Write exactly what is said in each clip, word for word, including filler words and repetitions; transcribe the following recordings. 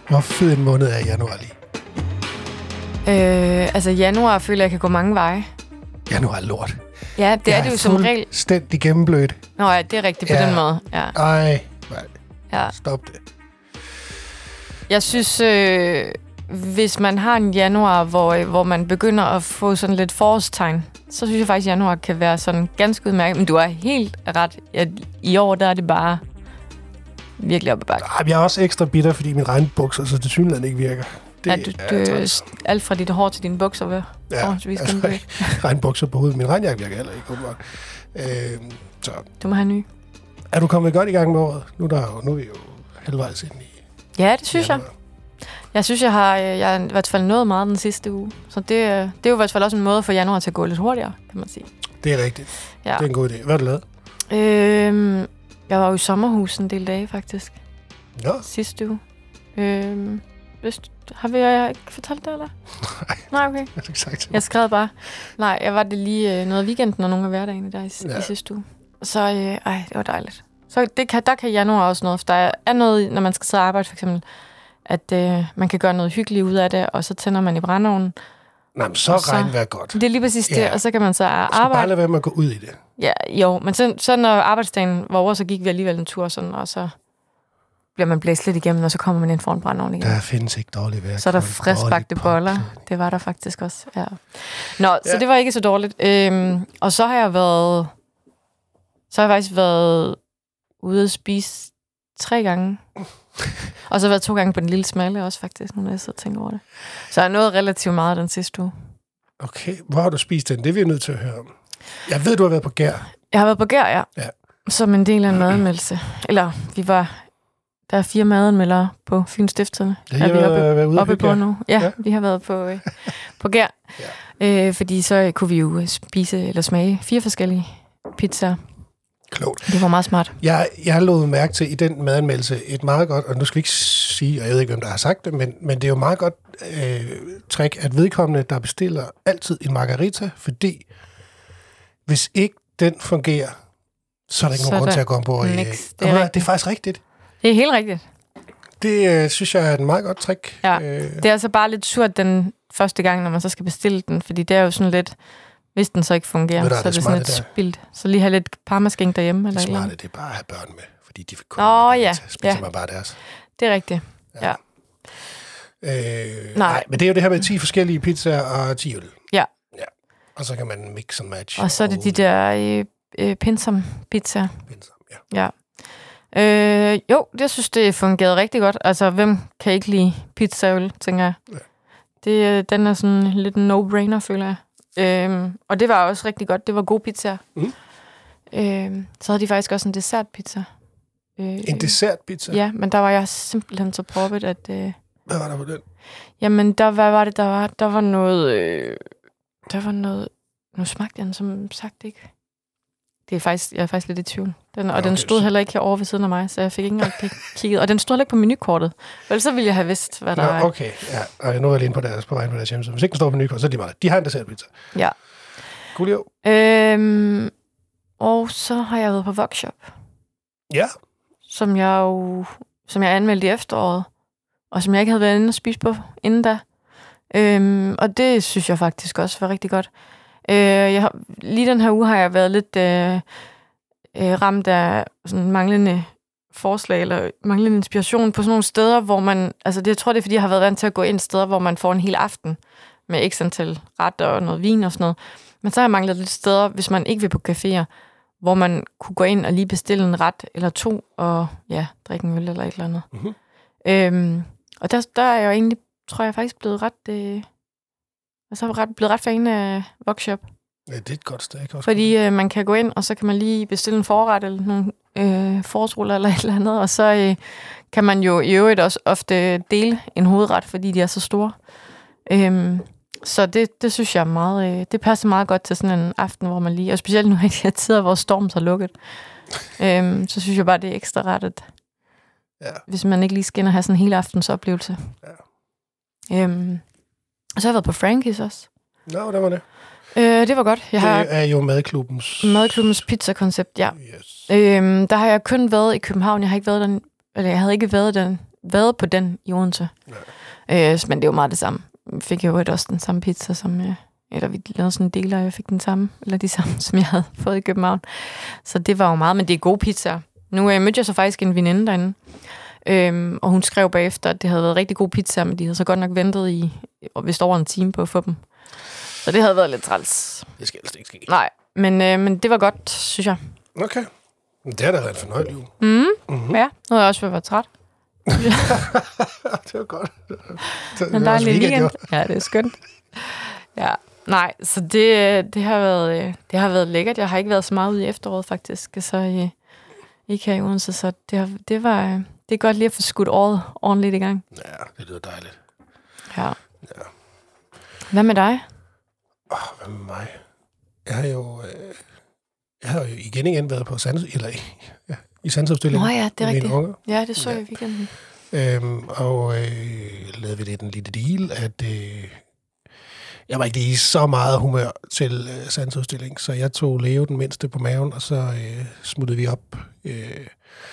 Hvor fed en måned er januar lige? Øh, altså januar føler jeg kan gå mange veje. Januar er lort. Ja, det jeg er det jo som regel. Fuldstændig gennemblødt. Nå ja, det er rigtigt på ja. den måde. Ja. Ej, nej. Ja. Stop det. Jeg synes, øh, hvis man har en januar, hvor, hvor man begynder at få sådan lidt forårstegn, så synes jeg faktisk, at januar kan være sådan ganske udmærket. Men du er helt ret. At i år, der er det bare virkelig op ad bakke. Jeg er også ekstra bitter, fordi min regnbukser så til synligheden ikke virker. Det ja, du, du, er alt fra dit hår til dine bukser, hvad? Ja, altså, regnbukser på hovedet. Min regnjakke virker heller ikke. Øh, så. Du må have ny. Er du kommet godt i gang med året? Nu er, der jo, nu er vi jo halvvejs ind i... Ja, det synes januar. jeg. Jeg synes, jeg har, jeg har i hvert fald nået meget den sidste uge. Så det, det er jo i hvert fald også en måde for januar til at gå lidt hurtigere, kan man sige. Det er rigtigt. Ja. Det er en god idé. Hvad har du lavet? Øhm, jeg var jo i sommerhus en del dage, faktisk. Ja. Sidste uge. Øhm, har vi jeg ikke fortalt det, eller? Nej. Nej, okay. Jeg har ikke sagt det. Jeg skrev bare. Nej, jeg var det lige øh, noget af weekenden og nogle af hverdagene der i, ja. i sidste uge. Så øh, ej, det var dejligt. Så det kan, der kan januar også noget, for der er noget, når man skal sidde og arbejde, for eksempel, at øh, man kan gøre noget hyggeligt ud af det, og så tænder man i brændeovnen. Nej, men så regnvejr godt. Det er lige præcis det, ja. Og så kan man så arbejde. Så bare lade være med at gå ud i det. Ja, jo, men så, så når arbejdsdagen var over, så gik vi alligevel en tur, sådan, og så bliver man blæst lidt igennem, og så kommer man ind foran brændeovnen igen. Der findes ikke dårligt vejr. Så er der friskbagte boller. Det var der faktisk også, ja. Nå, ja. Så det var ikke så dårligt. Øhm, og så har jeg været... Så har jeg faktisk været ude at spise tre gange. Og så har jeg været to gange på den lille smalle også, faktisk, nu når jeg sidder og tænker over det. Så jeg har nået relativt meget den sidste uge. Okay, hvor har du spist den? Det er vi nødt til at høre om. Jeg ved, du har været på Gær. Jeg har været på Gær, ja. ja. Som en del af en madanmeldelse. Eller, vi var... Der er fire madanmeldere på Fyns Stiftstidende. Det har vi oppe, oppe på nu. Ja, ja, vi har været på, øh, på Gær. Ja. Øh, fordi så kunne vi jo spise eller smage fire forskellige pizzaer. Klogt. Det var meget smart. Jeg, jeg har lovet mærke til i den madanmeldelse et meget godt, og nu skal vi ikke sige, og jeg ved ikke, hvem der har sagt det, men, men det er jo meget godt øh, trick, at vedkommende, der bestiller altid en margarita, fordi hvis ikke den fungerer, så er der ikke så nogen grund til at gå ombord i. Det, det, er det er faktisk rigtigt. Det er helt rigtigt. Det øh, synes jeg er et meget godt trick. Ja, øh. Det er altså bare lidt surt den første gang, når man så skal bestille den, fordi det er jo sådan lidt... Hvis den så ikke fungerer, så er det, det sådan lidt spildt. Så lige have lidt parmaskink derhjemme. Det eller smarte, eller det er bare at have børn med, fordi de vil kun oh, ja. spiser ja. man bare deres. Det er rigtigt, ja. ja. Øh, nej. nej, men det er jo det her med ti forskellige pizzaer og ti øl. Ja. ja. Og så kan man mix and match. Og så er det og de der øh, øh, pinsam pizzaer. Pinsam, ja. ja. Øh, jo, jeg synes, det fungerede rigtig godt. Altså, hvem kan ikke lide pizzaøl, tænker jeg. Ja. Det, den er sådan lidt en no-brainer, føler jeg. Øhm, og det var også rigtig godt. Det var god pizza. Mm. Øhm, så havde de faktisk også en dessertpizza. Øh, en dessertpizza? Ja, men der var jeg simpelthen så proppet, at... Øh, hvad var der på den? Jamen, der hvad var det, der var? Der var noget... Øh, der var noget... Nu smagte den som sagt ikke. Det er faktisk, jeg er faktisk lidt i tvivl. Den, og ja, okay, den stod så... heller ikke herovre ved siden af mig, så jeg fik ikke engang kigget. Og den stod heller ikke på menukortet. Vel, så ville jeg have vidst, hvad der Nå, var. Okay, ja. Og nu er jeg lige på deres, på vejen på deres hjemmeside. Hvis ikke den står på menukortet, så er de meget. De har en dessertpizza. Ja. Coolio. Øhm, og så har jeg været på Workshop. Ja. Som jeg jo, som jeg anmeldte i efteråret. Og som jeg ikke havde været inde og spise på inden da. Øhm, og det synes jeg faktisk også var rigtig godt. Øh, jeg har, lige den her uge har jeg været lidt øh, øh, ramt af sådan manglende forslag eller manglende inspiration på sådan nogle steder, hvor man... Altså det, jeg tror, det er, fordi jeg har været vant til at gå ind steder, hvor man får en hel aften med x antal retter og noget vin og sådan noget. Men så har jeg manglet lidt steder, hvis man ikke vil på caféer, hvor man kunne gå ind og lige bestille en ret eller to og ja, drikke en øl eller et eller andet. Mm-hmm. Øhm, og der, der er jeg jo egentlig, tror jeg, faktisk blevet ret... Øh, Og så er jeg blevet ret fan af Workshop. Ja, det er et godt sted. Også Fordi øh, man kan gå ind, og så kan man lige bestille en forret eller nogle øh, forårsruller eller et eller andet. Og så øh, kan man jo i øvrigt også ofte dele en hovedret, fordi de er så store. Øhm, så det, det synes jeg er meget... Øh, det passer meget godt til sådan en aften, hvor man lige... Og specielt nu i de her tider, hvor Storm så lukket. øhm, så synes jeg bare, det er ekstra ret, at ja. Hvis man ikke lige skal ind og have sådan en hele aftens oplevelse. Ja. Øhm, Og så har jeg været på Frankies også. Nå, det var det. Øh, det var godt. Jeg det har er jo madklubbens... Madklubbens pizza-koncept, ja. Yes. Øhm, der har jeg kun været i København. Jeg har ikke været der, eller jeg havde ikke været der været på den i Odense. Øh, men det er jo meget det samme. Jeg fik jo også den samme pizza, som... Øh, eller vi lavede sådan en del, og jeg fik den samme, eller de samme, som jeg havde fået i København. Så det var jo meget, men det er gode pizzaer. Nu øh, mødte jeg så faktisk en veninde derinde, øhm, og hun skrev bagefter, at det havde været rigtig gode pizzaer, men de havde så godt nok ventet i, vist over en time på at få dem. Så det havde været lidt træls. Det skal altså ikke ske. Nej, men, øh, men det var godt, synes jeg. Okay. Det har da været en fornøjelig uge. Mm. Mm-hmm. Ja, nu havde jeg også været træt. Det var godt. Det en dejlig weekend. weekend. Ja, det er skønt. Ja, nej, så det, det, har været, det har været lækkert. Jeg har ikke været så meget ude i efteråret, faktisk. Så i, ikke her i Odense, så det, har, det, var, det er godt lige at få skudt året ordentligt i gang. Ja, det lyder dejligt. Ja. ja. Hvad med dig? Åh, oh, hvad med mig? Jeg har jo... Øh, jeg har jo igen igen været på Sands... Eller ja, i Sandsudstillingen. Nå ja, det er rigtigt. Unger. Ja, det så ja. jeg i weekenden. Øhm, og øh, lavede vi lidt en lille deal, at... Øh, Jeg var ikke lige så meget humør til øh, Sandsudstillingen, så jeg tog Leo den mindste på maven, og så øh, smuttede vi op. Øh,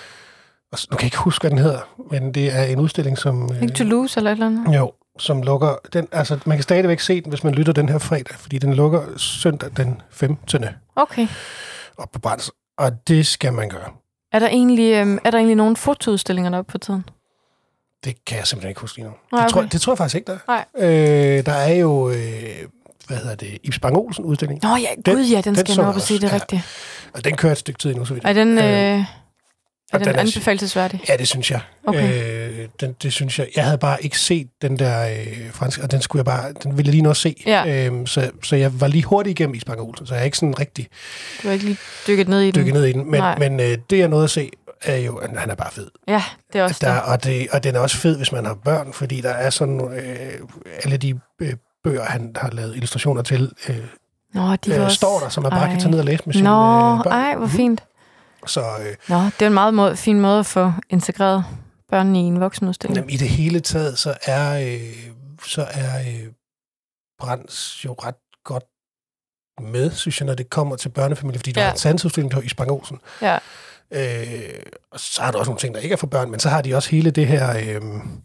og så, nu kan jeg ikke huske, hvad den hedder, men det er en udstilling, som... Øh, ikke Toulouse eller et eller andet? Jo, som lukker... Den, altså, man kan stadigvæk se den, hvis man lytter den her fredag, fordi den lukker søndag den femtende Okay. Op på Brands, og det skal man gøre. Er der egentlig, øh, er der egentlig nogle fotoudstillinger deroppe på tiden? Det kan jeg simpelthen ikke huske lige nu. Nej, okay. det, tror, det tror jeg faktisk ikke, der Nej. øh, Der er jo, øh, hvad hedder det, Ibs Bang Olsen udstilling. Nå ja, gud ja, den, den skal jeg nå op og se, det er ja. rigtigt. Og den kører et stykke tid endnu, så vidt. Er den, øh, er den, den anbefalelsesværdig? Ja, det synes jeg. Okay. Øh, den, det synes jeg. Jeg havde bare ikke set den der øh, franske, og den skulle jeg bare, den ville jeg lige nå at se. Ja. Øh, så, så jeg var lige hurtigt igennem Ibs Bang Olsen, så jeg er ikke sådan rigtig... Du har ikke lige dykket ned i den? Dykket ned i den, men, men øh, det jeg nåede at se, er jo, at han er bare fed. Ja, det er også der, det. Og, det. Og den er også fed, hvis man har børn, fordi der er sådan øh, alle de øh, bøger, han har lavet illustrationer til, øh, Nå, de øh, også... står der, så man bare ej. kan tage ned og læse med sine Nå, øh, børn. ej, hvor fint. Så, øh, Nå, det er en meget måde, fin måde at få integreret børnene i en voksenudstilling. Jamen, i det hele taget, så er, øh, så er øh, Brands jo ret godt med, synes jeg, når det kommer til børnefamilier, fordi ja. der er en Sandsudsstilling på i Ibs Bang Olsen. Ja. Øh, og så har der også nogle ting, der ikke er for børn, men så har de også hele det her... Øh,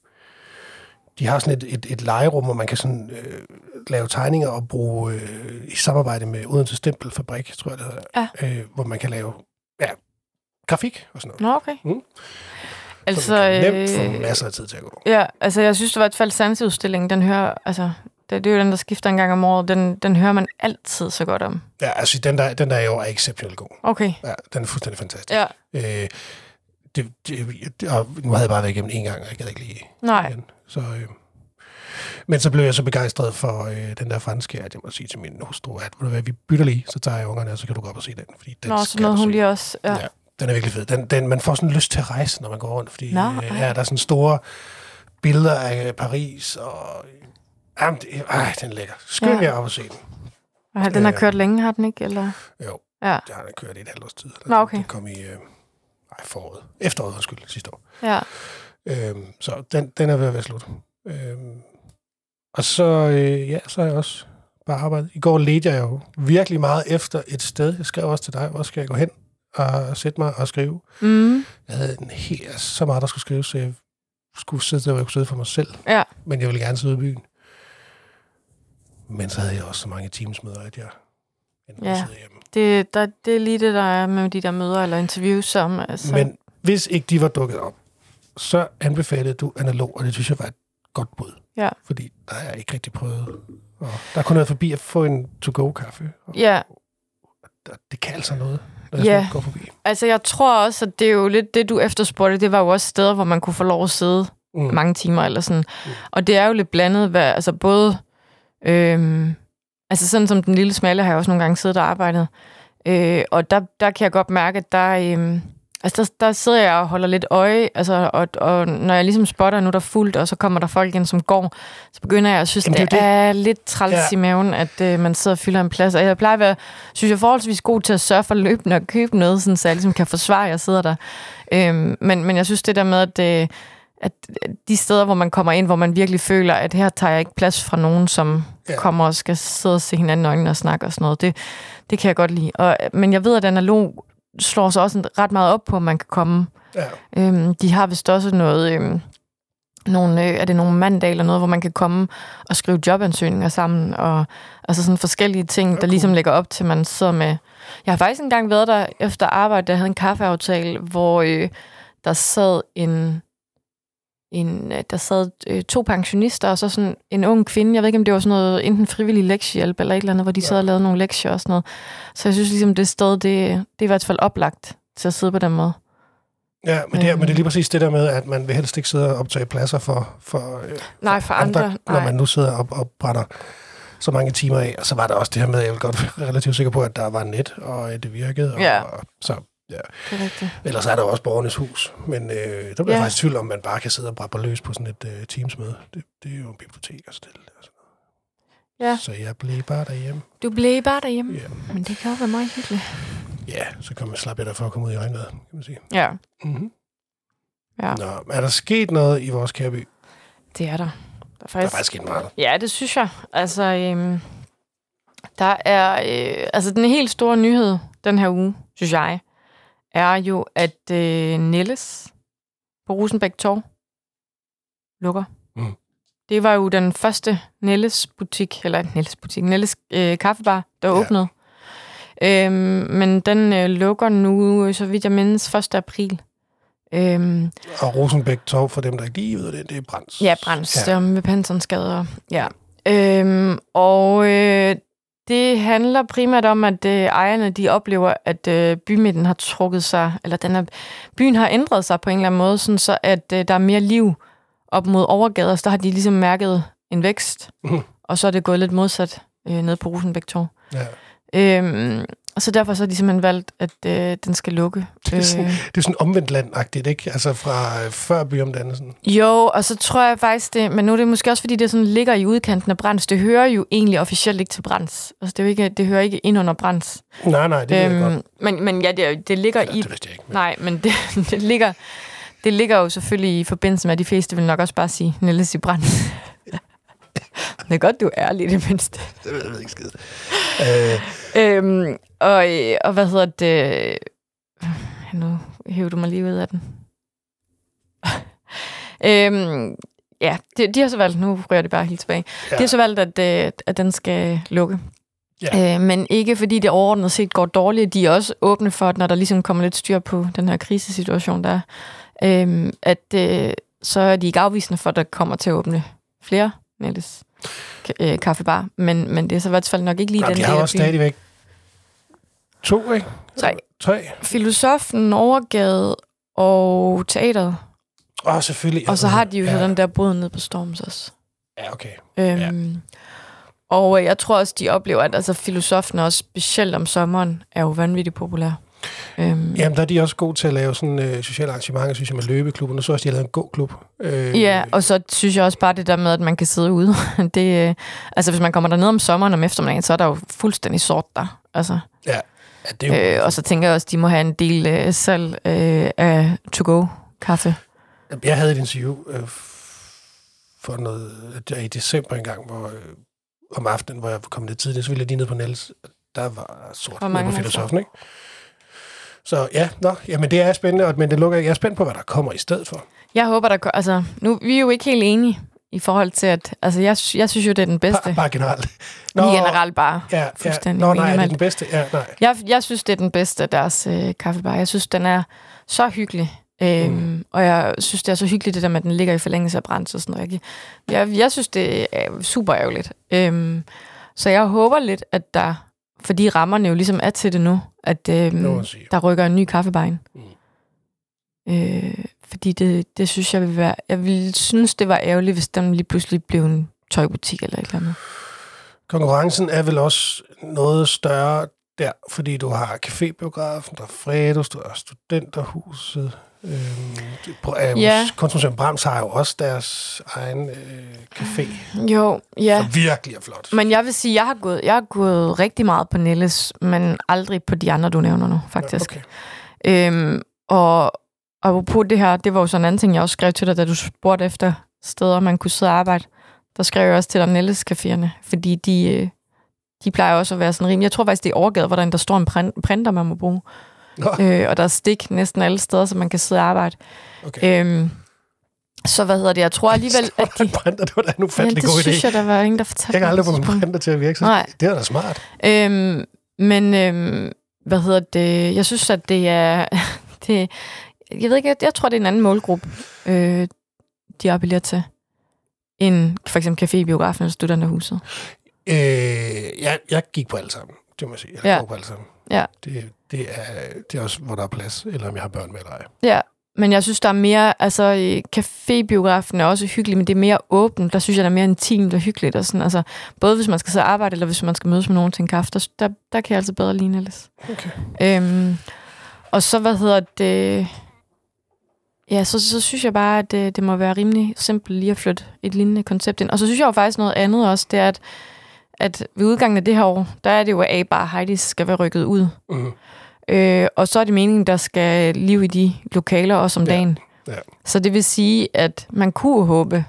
de har sådan et, et, et legerum, hvor man kan sådan, øh, lave tegninger og bruge øh, i samarbejde med Odense Stempelfabrik, tror jeg det hedder, ja. øh, hvor man kan lave ja, grafik og sådan noget. Nå, okay. Mm. Altså, så man kan nemt få masser af tid til at gå. Ja, altså jeg synes, det var et fald Sandsudstillingen, den hører, altså, det, det er jo den, der skifter en gang om året, den, den hører man altid så godt om. Ja, altså den der, den der er jo exceptionelt god. Okay. Ja, den er fuldstændig fantastisk. Ja. Øh, det, det, og nu havde jeg bare været igennem en gang, og jeg gad ikke lige Nej. igen. Så, øh, men så blev jeg så begejstret for øh, den der franske, at jeg må sige til min hustru, at hvad, vi bytter lige, så tager jeg ungerne, og så kan du gå op og se den. Fordi den Nå, så noget hun lige også. Ja. ja, den er virkelig fed. Den, den, man får sådan lyst til at rejse, når man går rundt, fordi Nå, øh, ja, der er sådan store billeder af Paris, og jamen, det, ej, den er lækker. Skynd ja. jer op og se den. Og den har kørt længe, har den ikke? Eller? Jo, ja. det har den kørt i et halvt års tid. Nå, okay. Den kom i øh, ej, foråret. Efteråret, undskyld, sidste år. Ja. Øhm, så den, den er ved at være slut. Øhm, og så, øh, ja, så har jeg også bare arbejdet. I går ledte jeg jo virkelig meget efter et sted. Jeg skrev også til dig, hvor skal jeg gå hen og sætte mig og skrive. Mm. Jeg havde en helt, så meget, der skulle skrives, så jeg skulle sidde der, hvor jeg kunne sidde for mig selv. Ja. Men jeg ville gerne sidde i byen. Men så havde jeg også så mange teamsmøder, at jeg endte med at sidde hjemme. Det, der, det er lige det, der er med de der møder eller interviews. Som, altså. Men hvis ikke de var dukket op, så anbefalede du analog, og det synes jeg var et godt bud. Ja. Fordi der er ikke rigtig prøvet. Og der er kun været forbi at få en to-go-kaffe. Ja. Og det kan altså noget, når ja. jeg går forbi. Altså jeg tror også, at det er jo lidt det, du efterspurgte. Det var jo også steder, hvor man kunne få lov at sidde mm. mange timer eller sådan. Mm. Og det er jo lidt blandet, hvad, altså både... Øhm, altså sådan som den lille smalle har jeg også nogle gange siddet og arbejdet. Øh, og der, der kan jeg godt mærke, at der... Øhm, Altså, der, der sidder jeg og holder lidt øje, altså, og, og når jeg ligesom spotter, nu er der fuldt, og så kommer der folk ind, som går, så begynder jeg at synes, Jamen, det, det er lidt træls ja. i maven, at øh, man sidder og fylder en plads. Og jeg plejer at være, synes jeg, forholdsvis god til at sørge for løbende og købe noget, sådan, så jeg ligesom kan forsvare, at jeg sidder der. Øhm, men, men jeg synes det der med, at, øh, at de steder, hvor man kommer ind, hvor man virkelig føler, at her tager jeg ikke plads fra nogen, som ja. kommer og skal sidde og se hinanden i øjnene og snakke og sådan noget, det, det kan jeg godt lide. Og, men jeg ved, at analog slår sig også ret meget op på, at man kan komme. Ja. Øhm, de har vist også noget, øhm, nogle, øh, er det nogle mandag eller noget, hvor man kan komme og skrive jobansøgninger sammen, og altså sådan forskellige ting, der cool. ligesom lægger op til, man sidder med. Jeg har faktisk engang været der efter arbejde, der havde en kaffeaftale, hvor øh, der sad en, en der sad øh, to pensionister, og så sådan en ung kvinde, jeg ved ikke, om det var sådan noget, enten frivillig lektiehjælp, eller et eller andet, hvor de ja. sad og lavede nogle lektier og sådan noget. Så jeg synes ligesom, det sted, det, det er i hvert fald oplagt til at sidde på den måde. Ja, men det, er, men det er lige præcis det der med, at man vil helst ikke sidde og optage pladser for, for, øh, nej, for andre, andre når nej. man nu sidder og, og brænder så mange timer af. Og så var der også det her med, at jeg vil godt være relativt sikker på, at der var net, og det virkede. Og, ja. og, så, ja. Det er rigtigt. Ellers er der også Borgernes Hus. Men øh, der bliver ja. jeg faktisk i tvivl om, man bare kan sidde og brabbe løs på sådan et øh, Teams-møde. Det, det er jo en bibliotek og sådan noget. Ja. Så jeg blev bare derhjemme. Du blev bare derhjemme? Ja. Men det kan jo være meget hyggeligt. Ja, så kan man slappe af for at komme ud i regnvejret, kan man sige. Ja. Mm-hmm. Ja. Nå, er der sket noget i vores kære by? Det er der. Der er faktisk, der er faktisk sket meget. Ja, det synes jeg. Altså, øhm, der er... Øh, altså, den helt store nyhed den her uge, synes jeg, er jo, at øh, Nelles på Rosenbæk Torv lukker. Mm. Det var jo den første Nelles butik, eller Nelles butik, Nelles øh, kaffebar, der ja. åbnede. Øhm, men den øh, lukker nu, så vidt jeg mindes, første april. Øhm, og Rosenbæk Torv, for dem, der ikke lige ved det, det er Brands. Ja, Brands, ja. Det er med Pansonsgade. Ja. Øhm, og øh, det handler primært om, at øh, ejerne de oplever, at øh, bymidten har trukket sig, eller den er, byen har ændret sig på en eller anden måde, sådan så at øh, der er mere liv op mod overgader, så der har de ligesom mærket en vækst, mm. og så er det gået lidt modsat øh, ned på Rosenbæk Torv. Ja. Øhm, og så derfor så har de simpelthen valgt, at øh, den skal lukke. Det er sådan, det er sådan omvendt landagtigt, ikke? Altså fra øh, før byomdannelsen. Jo, og så tror jeg faktisk det, men nu er det måske også, fordi det sådan ligger i udkanten af Brands. Det hører jo egentlig officielt ikke til Brands. Altså det, er jo ikke, det hører ikke ind under Brands. Nej, nej, det øhm, er godt. Men, men ja, det, det ligger ja, i... Det vidste jeg ikke. Men... Nej, men det, det, ligger, det ligger jo selvfølgelig i forbindelse med, at de fleste vil nok også bare sige Nelles i Brands. Det er godt, du er ærlig i det mindste. Det ved jeg ikke skide. Øh. Øhm, og, og hvad hedder det... Nu hæver du mig lige ud af den. øhm, ja, de, de har så valgt... Nu rører det bare helt tilbage. Ja. De har så valgt, at, at den skal lukke. Ja. Øh, men ikke fordi det overordnet set går dårligt. De er også åbne for, at når der ligesom kommer lidt styr på den her krisesituation, der er, øh, at øh, så er de ikke afvisende for, at der kommer til at åbne flere Nelles øh, kaffebar. Men, men det er så i hvert fald nok ikke lige Nå, den de der. har også stadigvæk to, ikke? Tre. Tre. Filosofen, Overgade og teateret. Åh, oh, selvfølgelig. Og så har de jo ja. så den der båd ned på Storms også. Ja, okay. Øhm, ja. Og jeg tror også, de oplever, at altså, filosofen også, specielt om sommeren, er jo vanvittigt populær. Øhm. Jamen, der er de også gode til at lave sådan øh, sociale arrangementer, synes jeg, med løbeklubben. Og så også, de har lavet en gåklub. Øh, ja, og så synes jeg også bare det der med, at man kan sidde ude. det, øh, altså, hvis man kommer derned om sommeren om eftermiddagen, så er der jo fuldstændig sort der. Altså. Ja. Ja, det er jo... øh, og så tænker jeg også, at de må have en del øh, salg øh, af to-go-kaffe. Jeg havde et interview øh, for noget der i december engang, hvor, øh, om aftenen, hvor jeg kom lidt tidligt, så ville jeg lige ned på Niels. Der var sort nede på filosofen, ikke? Så ja, nå, jamen det er spændende, men det lukker, jeg er spændt på, hvad der kommer i stedet for. Jeg håber, der altså, nu vi er jo ikke helt enige i forhold til, at altså, jeg, jeg synes jo, det er den bedste. Bare, bare generelt. Nå, generelt bare. Ja, fuldstændig. Ja. Nå, nej, er det den bedste? Ja, nej. Jeg, jeg synes, det er den bedste af deres øh, kaffebar. Jeg synes, den er så hyggelig. Øhm, mm. Og jeg synes, det er så hyggeligt, det der med, at den ligger i forlængelse af Brands og sådan noget. Jeg, jeg synes, det er super ærgerligt. Øhm, så jeg håber lidt, at der, fordi rammerne jo ligesom er til det nu, at øhm, der rykker en ny kaffebar ind. Mm. Øh, fordi det, det synes jeg vil være... Jeg ville synes, det var ærgerligt, hvis den lige pludselig blev en tøjbutik eller et eller andet. Konkurrencen er vel også noget større der, fordi du har cafébiografen, der er Fredos, du har Studenterhuset. Øhm, ja. Konstruktion Brams har jo også deres egen øh, café. Jo, ja. Så virkelig er flot. Men jeg vil sige, jeg har gået, jeg har gået rigtig meget på Nelles, men aldrig på de andre, du nævner nu, faktisk. Ja, okay. øhm, og Og på det her, det var jo sådan en anden ting, jeg også skrev til dig, da du spurgte efter steder, man kunne sidde og arbejde. Der skrev jeg også til dig Nelles caféerne, fordi de, de plejer også at være sådan rimelig. Jeg tror faktisk, det er Overgade, hvor der, der står en printer, man må bruge. Øh, og der er stik næsten alle steder, så man kan sidde og arbejde. Okay. Øhm, Så hvad hedder det? Jeg tror alligevel, at de... Printer, det var da en ufattelig ja, god idé. det synes jeg, der var ingen, der fortalte. Jeg kan aldrig få min printer til at virke, så Nej. Det er da smart. Øhm, men, øhm, hvad hedder det? Jeg synes, at det er... det, jeg ved ikke, jeg, jeg tror, det er en anden målgruppe, øh, de appellerer til, end for eksempel Cafébiografen eller Studenterhuset. Øh, jeg, jeg gik på alle sammen, det må jeg sige. Jeg ja. går på alle sammen. Ja. Det, det, er, det er også, hvor der er plads, eller om jeg har børn med eller ej. Ja, men jeg synes, der er mere... Altså, Cafébiografen er også hyggelig, men det er mere åbent. Der synes jeg, der er mere intimt og hyggeligt. Og sådan. Altså, både hvis man skal sidde og arbejde, eller hvis man skal mødes med nogen til en kaffe, der, der, der kan jeg altså bedre lide Alice. Okay. Øhm, og så, hvad hedder det... Ja, så, så synes jeg bare, at det, det må være rimelig simpelt lige at flytte et lignende koncept ind. Og så synes jeg jo faktisk noget andet også, det er, at, at ved udgangen af det her år, der er det jo, at A-Bar Heidi skal være rykket ud. Mm. Øh, og så er det meningen, der skal liv i de lokaler også om Ja. dagen. Ja. Så det vil sige, at man kunne håbe,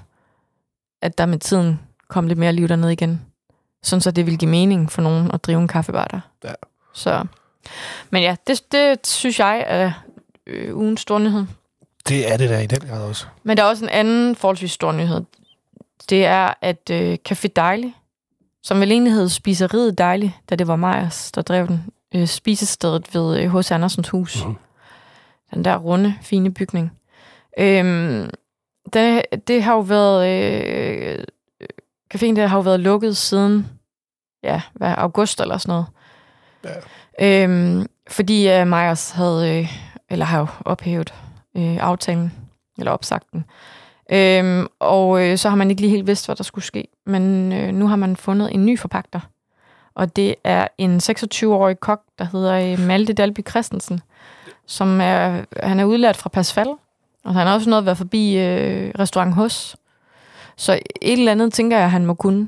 at der med tiden kom lidt mere liv dernede igen. Sådan så det vil give mening for nogen at drive en kaffebar der. Ja. Så. Men ja, det, det synes jeg er øh, ugens store nyhed. Det er det der i den grad også. Men der er også en anden forholdsvis stor nyhed. Det er, at øh, Café Dejlig, som vel egentlig hed Spiseriet Dejlig, da det var Meyers, der drev den, øh, spisestedet ved H C Andersens hus. Mm. Den der runde, fine bygning. Øhm, det, det har jo været... Øh, caféen der har jo været lukket siden ja, hvad, august eller sådan noget. Ja. Øhm, fordi øh, Meyers havde, øh, eller har jo ophævet øh, aftalen, eller opsagt den. Øhm, og øh, så har man ikke lige helt vidst, hvad der skulle ske. Men øh, nu har man fundet en ny forpagter. Og det er en seksogtyve-årig kok, der hedder øh, Malte Dalby Christensen, som er, han er udlært fra Pasfal, og han har også nået at være forbi øh, restaurant Hos. Så et eller andet, tænker jeg, han må kunne.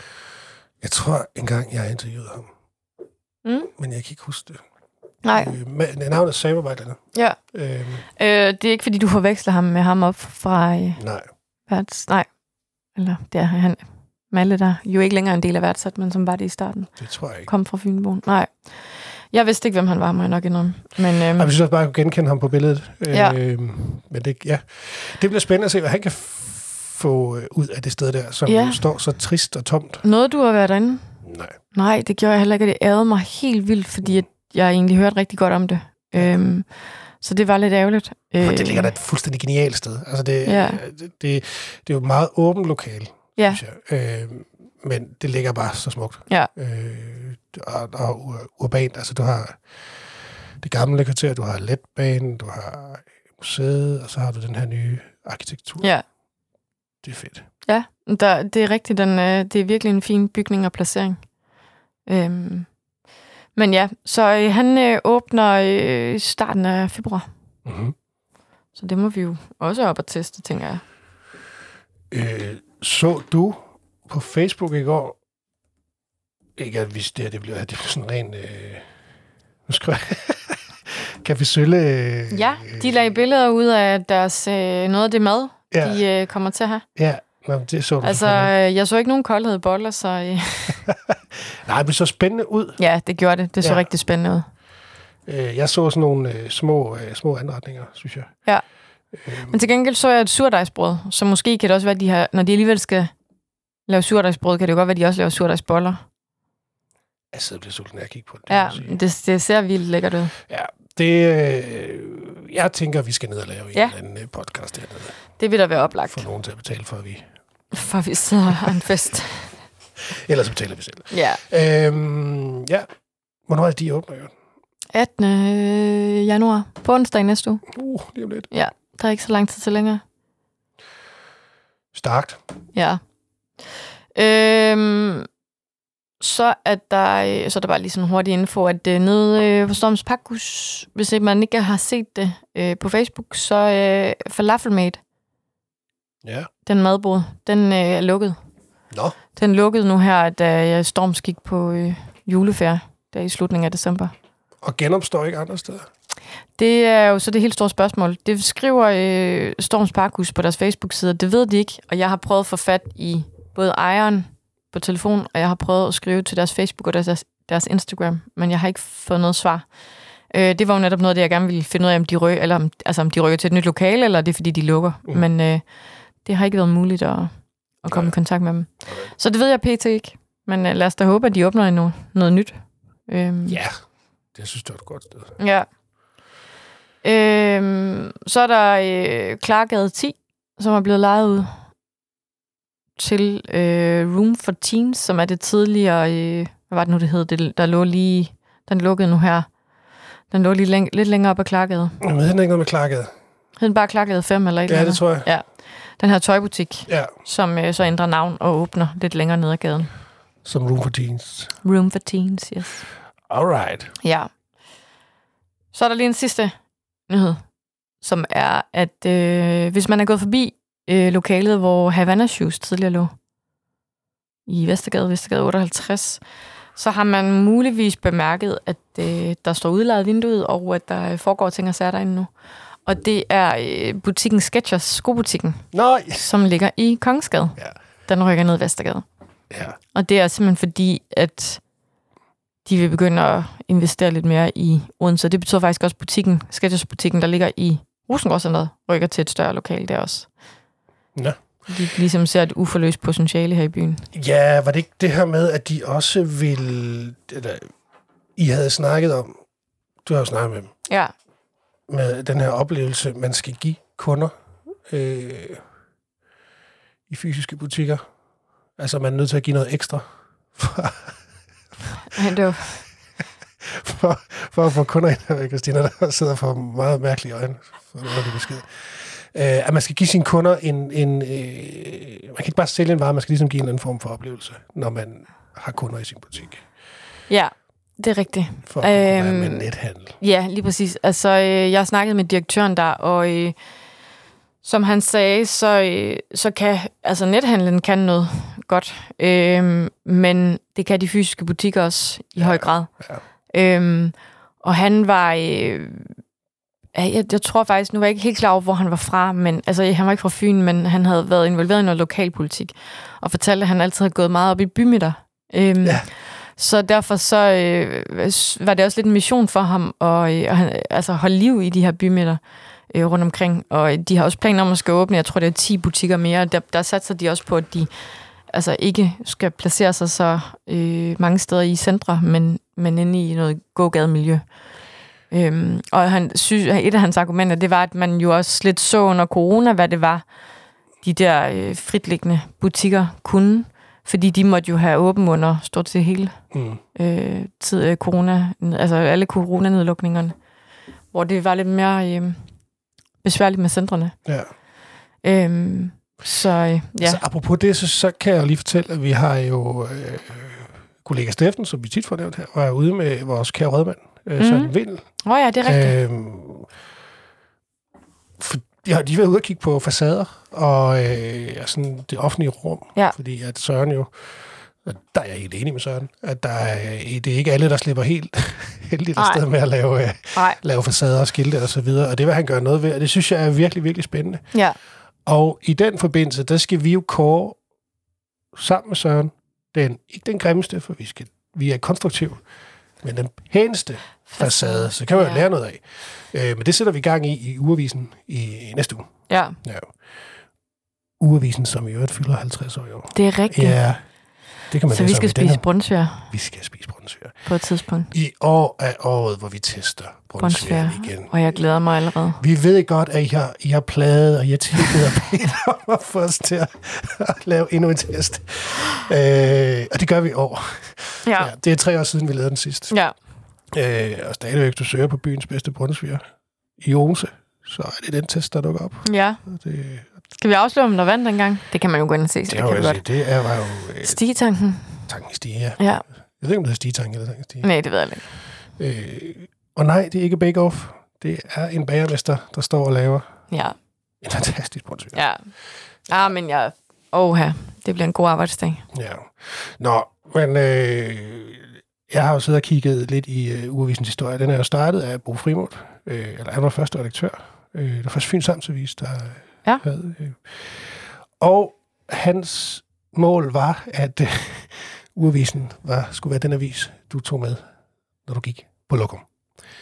Jeg tror engang, jeg har interviewet ham. Mm. Men jeg kan ikke huske det. Nej. Øh, navnet samarbejderne. Ja. Øhm. Øh, det er ikke, fordi du forveksler ham med ham op fra... Øh, Nej. Værts, nej. Eller det er han. Malle, der jo ikke længere en del af værtsat, men som var det i starten. Det tror jeg ikke. Kom fra Fynboen. Nej. Jeg vidste ikke, hvem han var, må jeg nok indrømme. Men, øhm, jeg synes også bare, at jeg kunne genkende ham på billedet. Ja. Øhm, men det, ja. det bliver spændende at se, hvad han kan få ud af det sted der, som ja. står så trist og tomt. Noget, du har været derinde? Nej. Nej, det gjorde jeg heller ikke. Det ærede mig helt vildt, fordi jeg egentlig hørte rigtig godt om det. Øhm, så det var lidt ærgerligt. Øh, det ligger da et fuldstændig genialt sted. Altså det, ja. det, det, det er jo et meget åbent lokale, ja. synes jeg. Øh, men det ligger bare så smukt. Ja. Øh, og, og urbant. Altså du har det gamle kvarter, du har letbanen, du har museet, og så har du den her nye arkitektur. Ja. Det er fedt. Ja, der, det er rigtigt. Den, øh, det er virkelig en fin bygning og placering. Øhm. Men ja, så øh, han øh, åbner øh, i starten af februar. Mm-hmm. Så det må vi jo også op og teste, tænker jeg. Øh, så du på Facebook i går, ikke at hvis det her det bliver, det bliver sådan ren, øh, nu skal jeg, Café Sølle. Øh, ja, de lagde billeder ud af deres, øh, noget af det mad, ja. de øh, kommer til at have. Ja, nå, det så du. Altså, øh, jeg så ikke nogen koldhed boller, så... Øh. Nej, det så spændende ud. Ja, det gjorde det. Det så ja. rigtig spændende ud. Øh, jeg så sådan nogle øh, små, øh, små anretninger, synes jeg. Ja. Øh, Men til gengæld så jeg et surdejsbrød, så måske kan det også være, at de har, når de alligevel skal lave surdejsbrød, kan det jo godt være, at de også laver surdejsboller. Jeg sidder og bliver sulten, når jeg kigger på det. Ja, det, det ser vildt lækkert ud. Ja, det... Øh, jeg tænker, vi skal ned og lave ja. en eller anden podcast dernede. Det vil der være oplagt. For nogen til at betale for, at vi... For vi sidder og har en fest. Ellers betaler vi selv. Ja. Øhm, ja. Hvornår er det, de åbner, jo? attende januar. På onsdag næste uge. Uh, lige om lidt. Ja, der er ikke så lang tid til længere. Stærkt. Ja. Øhm, så er der, så er der bare lige sådan en hurtig info, at uh, nede øh, på Storms Pakhus, hvis man ikke har set det øh, på Facebook, så øh, Falafelmate, ja. den madbod, den øh, er lukket. Nå. Den lukkede nu her, da Storms gik på øh, juleferie, der i slutningen af december. Og genopstår ikke andre steder? Det er jo så det helt store spørgsmål. Det skriver øh, Storms Pakhus på deres Facebook-side. Det ved de ikke, og jeg har prøvet at få fat i både ejeren på telefon, og jeg har prøvet at skrive til deres Facebook og deres, deres Instagram, men jeg har ikke fået noget svar. Øh, det var jo netop noget, det jeg gerne ville finde ud af, om de, ryg, eller om, altså, om de rykker til et nyt lokale, eller det er, fordi de lukker. Mm. Men øh, det har ikke været muligt at, at komme ja. i kontakt med dem. Okay. Så det ved jeg pt. Ikke. Men øh, lad os da håbe, at de åbner noget, noget nyt. Øhm. Ja, det synes jeg er et godt sted. Ja. Øhm, så er der øh, Klargade ti, som er blevet lejet ud til øh, Room for Teens, som er det tidligere, øh, hvad var det nu, det hed, det, der lå lige, den lukkede nu her. Den lå lige læng- lidt længere op ad Klargade. Jeg ved ikke noget med Klargade. Hed den bare Klargade fem eller et eller Ja, andet? det tror jeg. Ja. Den her tøjbutik, ja. som øh, så ændrer navn og åbner lidt længere ned ad gaden. Som Room for Teens. Room for Teens, yes. Alright. Ja. Så er der lige en sidste nyhed, som er, at øh, hvis man er gået forbi øh, lokalet, hvor Havana Shoes tidligere lå, i Vestergade, Vestergade otteoghalvtreds, så har man muligvis bemærket, at øh, der står udlejet vinduet, og at der foregår ting og sager derinde nu. Og det er øh, butikken Skechers, skobutikken, Nej. som ligger i Kongensgade. Ja. Den rykker ned i Vestergade. Ja. Og det er simpelthen fordi, at de vil begynde at investere lidt mere i Odense. Det betyder faktisk også, at butikken, Skechers-butikken, der ligger i Rosengårdscenteret, rykker til et større lokal der også. Ja. De ligesom ser et uforløst potentiale her i byen. Ja, var det ikke det her med, at de også vil... Eller, I havde snakket om... Du har jo snakket med dem. Ja. Med den her oplevelse, man skal give kunder øh, i fysiske butikker. Altså, man er nødt til at give noget ekstra for, det var... for, for at få kunder ind her, Christina, der sidder for meget mærkelige øjne. For noget, det besked. Uh, at man skal give sine kunder en... en uh, man kan ikke bare sælge en vare, man skal ligesom give en anden form for oplevelse, når man har kunder i sin butik. Ja, det er rigtigt. For at øhm, være med nethandel. Ja, lige præcis. Altså, øh, jeg har snakket med direktøren der, og øh, som han sagde, så, øh, så kan altså nethandlen kan noget godt, øh, men det kan de fysiske butikker også i ja, høj grad. Ja. Øh, og han var... Øh, Jeg, jeg tror faktisk, nu var jeg ikke helt klar over, hvor han var fra, men altså, han var ikke fra Fyn, men han havde været involveret i noget lokalpolitik, og fortalte, at han altid havde gået meget op i bymidter. Øhm, ja. Så derfor så øh, var det også lidt en mission for ham at øh, han, altså, holde liv i de her bymidter øh, rundt omkring, og de har også planer om at skal åbne, jeg tror, det er ti butikker mere. Der, der satser de også på, at de altså, ikke skal placere sig så øh, mange steder i centre, men, men inde i noget gågademiljø. Øhm, og han synes, et af hans argumenter, det var, at man jo også lidt så under corona, hvad det var, de der øh, fritliggende butikker kunne, fordi de måtte jo have åben under stort set hele mm. øh, tid, øh, corona, altså alle coronanedlukningerne, hvor det var lidt mere øh, besværligt med centrene. Ja. Øhm, så øh, ja. Altså, apropos det, så, så kan jeg lige fortælle, at vi har jo øh, kollega Steffen, som vi tit får nævnt her, var ude med vores kære rådmand, øh, Søren mm. Vind. Åh oh ja, det er rigtigt. Øhm, for, ja, de var ude og kigge på facader og øh, sådan det offentlige rum, ja. Fordi at Søren jo, der er jeg helt enig med Søren, at der er, det er ikke alle, der slipper helt heldigt afsted med at lave, øh, lave facader og skilte og så videre, og det vil han gøre noget ved, og det synes jeg er virkelig, virkelig spændende. Ja. Og i den forbindelse, der skal vi jo kåre sammen med Søren, den, ikke den grimmeste, for vi, skal, vi er konstruktive, men den pæneste facade, så kan man jo ja. lære noget af. Øh, men det sætter vi i gang i i Ugeavisen i, i næste uge. Ja. ja. Ugeavisen, som i øvrigt fylder halvtreds år i år. Det er rigtigt. Ja. Det kan man så vi skal spise brunsviger. Vi skal spise brunsviger. På et tidspunkt. I år er året, hvor vi tester brunsviger igen. Og jeg glæder mig allerede. Vi ved godt, at I har, I har plaget, og I har tilgivet og bedt om at få os til at, at lave endnu en test. Øh, og det gør vi i år. Ja. Ja, det er tre år siden, vi lavede den sidst. Ja. Øh, og stadigvæk, du søger på byens bedste brunsviger i Odense, så er det den test, der dukker op. Ja. Det, skal vi afsløre, om der vandt dengang? Det kan man jo gå ind og se. Det, det, kan vi godt. Det er, var jo... Øh, Stigetanken. Tanken i Stige, ja. ja. Jeg ved ikke, om det hedder Stigetanken eller Tanken i Stige. Nej, det ved jeg ikke. Øh, og nej, det er ikke Bake Off. Det er en bagermester, der står og laver ja. en fantastisk brunsviger. Ja. Ja, men jeg... Åh, her. Det bliver en god arbejdsdag. Ja. Nå, men... Øh, jeg har jo siddet og kigget lidt i uh, Ugeavisens historie. Den er jo startet af Bo Frimod. Øh, eller han var første redaktør. Øh, det var først Fyns Amtsavis, der ja. havde... Øh. Og hans mål var, at uh, Ugeavisen var, skulle være den avis, du tog med, når du gik på lokum.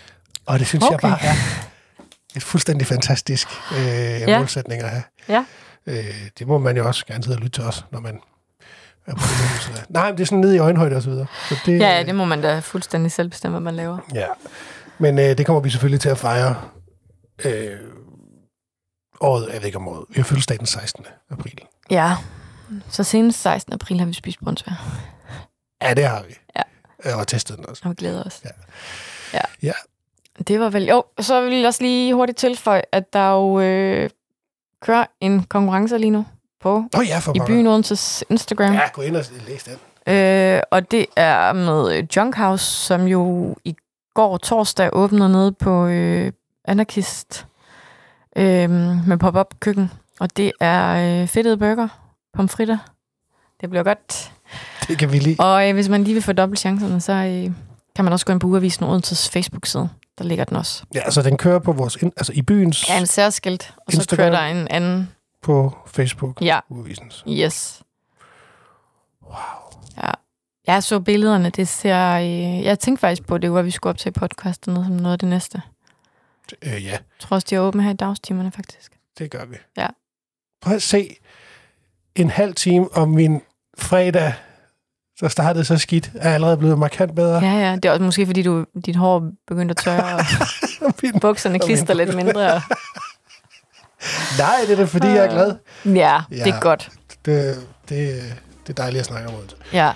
Og det synes Okay. jeg bare er et fuldstændig fantastisk øh, Ja. målsætning at have. Ja. Øh, det må man jo også gerne sidde og lytte til os, når man er på det. Nej, men det er sådan nede i øjenhøjde og så videre. Så det, Ja, ja, det må man da fuldstændig selv bestemme, hvad man laver. Ja, men øh, det kommer vi selvfølgelig til at fejre øh, året, jeg ved ikke om året. Vi har fødselsdag den sekstende april. Ja, så senest sekstende april har vi spist brunsvær. Ja, det har vi. Ja. Og testet den også. Og vi glæder os. Ja. Ja. Ja. Det var vel... Jo, så vil jeg også lige hurtigt tilføje, at der jo øh, kører en konkurrence lige nu på Åh oh, ja, for i pokker. byen Odenses Instagram. Ja, gå ind og læs den. Øh, og det er med Junk House, som jo i går torsdag åbnede nede på øh, Anarkist øh, med pop-up køkken. Og det er øh, fedtede burger, pomfritter. Det bliver godt. Det kan vi lide. Og øh, hvis man lige vil få dobbelt chancerne, så øh, kan man også gå ind på Ugeavisen Odenses Facebook-side. Der ligger den også. Ja, altså den kører på vores, ind, altså i byens Ja, en særskilt. Og så Instagram. kører der en anden. på Facebook. Ja. Ugeavisens. Yes. Wow. Ja. Jeg så billederne, det ser... Øh, jeg tænkte faktisk på, det var, at vi skulle op til podcasten som noget af det næste. Øh, ja, Jeg tror også, de er åbne her i dagstimerne, faktisk. det gør vi. Ja. Prøv at se en halv time om min fredag, der startede så skidt, er allerede blevet markant bedre. Ja, ja. Det er også måske, fordi du, dit hår begyndte at tørre, og Min- bukserne klister lidt mindre. Og... Nej, det er da fordi, jeg er glad. Ja, Ja. det er godt. Det, det, det er dejligt at snakke om det. Ja.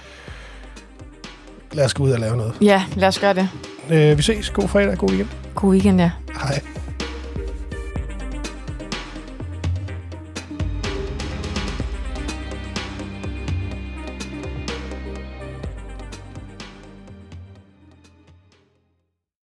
Lad os gå ud og lave noget. Ja, lad os gøre det. Øh, vi ses. God fredag, god weekend. God weekend, ja. Hej.